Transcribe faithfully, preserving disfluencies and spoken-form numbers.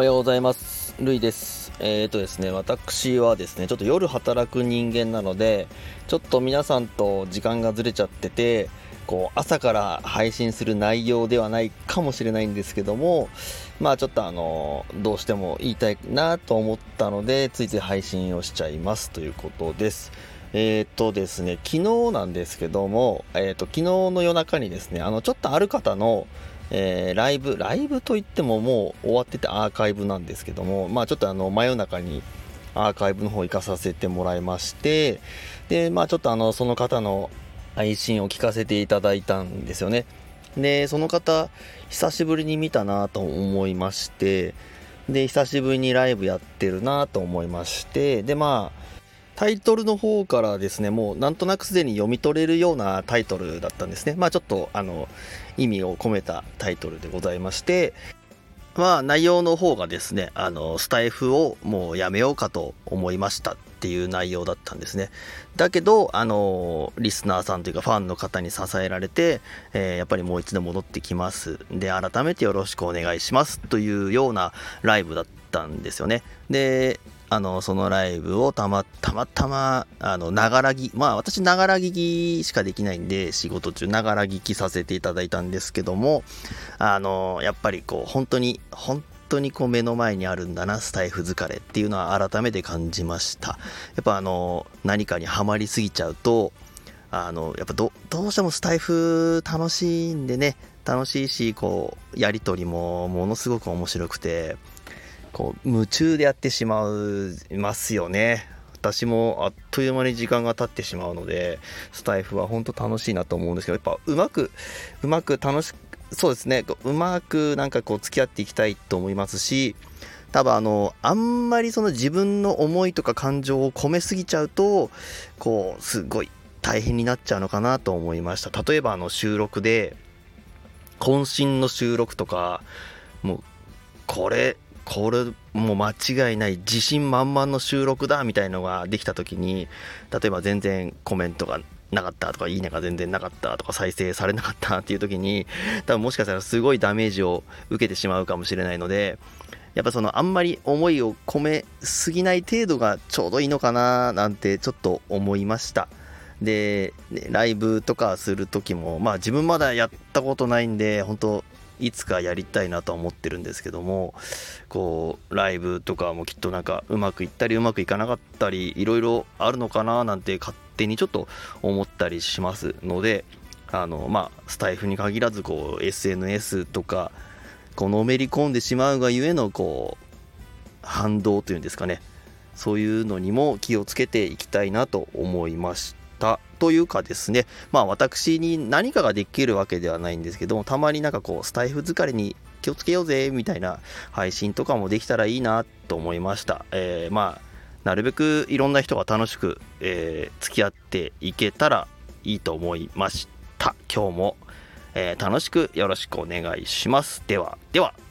おはようございます。ルイです。えーとですね、私はですね、ちょっと夜働く人間なので、ちょっと皆さんと時間がずれちゃってて、こう朝から配信する内容ではないかもしれないんですけども、まあちょっとあのどうしても言いたいなと思ったので、ついつい配信をしちゃいますということです。えーとですね、昨日なんですけども、えーと昨日の夜中にですね、あのちょっとある方のえー、ライブ、ライブといってももう終わっててアーカイブなんですけども、まあちょっとあの真夜中にアーカイブの方行かさせてもらいまして、で、まあちょっとあのその方の配信を聞かせていただいたんですよね。で、その方、久しぶりに見たなと思いまして、で、久しぶりにライブやってるなと思いまして、で、まあタイトルの方からですね、もうなんとなくすでに読み取れるようなタイトルだったんですね。まあちょっとあの意味を込めたタイトルでございまして、まあ内容の方がですね、あのスタイフをもうやめようかと思いましたっていう内容だったんですね。だけどあのリスナーさんというかファンの方に支えられて、えー、やっぱりもう一度戻ってきますで、改めてよろしくお願いしますというようなライブだったんですよね。で、あのそのライブをたまたまたまあのながら聞き、まあ私ながら聞きしかできないんで、仕事中ながら聞きさせていただいたんですけども、あのやっぱりこう本当に本当にこう目の前にあるんだな、スタイフ疲れっていうのは改めて感じました。やっぱあの何かにはまりすぎちゃうと、あのやっぱ ど, どうしてもスタイフ楽しいんでね、楽しいし、こうやり取りもものすごく面白くて、こう夢中でやってしまいますよね。私もあっという間に時間が経ってしまうので、スタイフは本当楽しいなと思うんですけど、やっぱうまくうまく楽しく、そうですね、うまくなんかこう付き合っていきたいと思いますし、多分あのあんまりその自分の思いとか感情を込めすぎちゃうと、こうすごい大変になっちゃうのかなと思いました。例えばあの収録で渾身の収録とか、もうこれこれもう間違いない自信満々の収録だみたいのができた時に、例えば全然コメントがなかったとか、いいねが全然なかったとか、再生されなかったっていう時に、多分もしかしたらすごいダメージを受けてしまうかもしれないので、やっぱそのあんまり思いを込めすぎない程度がちょうどいいのかななんてちょっと思いました。で、ライブとかする時も、まあ自分まだやったことないんで、本当いつかやりたいなとは思ってるんですけども、こうライブとかもきっとなんかうまくいったりうまくいかなかったり、いろいろあるのかななんて勝手にちょっと思ったりしますので、あのまあスタイフに限らずこう エスエヌエス とかこうのめり込んでしまうがゆえのこう反動というんですかね、そういうのにも気をつけていきたいなと思いました。というかですね、まあ私に何かができるわけではないんですけども、たまになんかこうスタイフ疲れに気をつけようぜみたいな配信とかもできたらいいなと思いました。えー、まあなるべくいろんな人が楽しく、えー、付き合っていけたらいいと思いました。今日も、えー、楽しくよろしくお願いします。ではでは。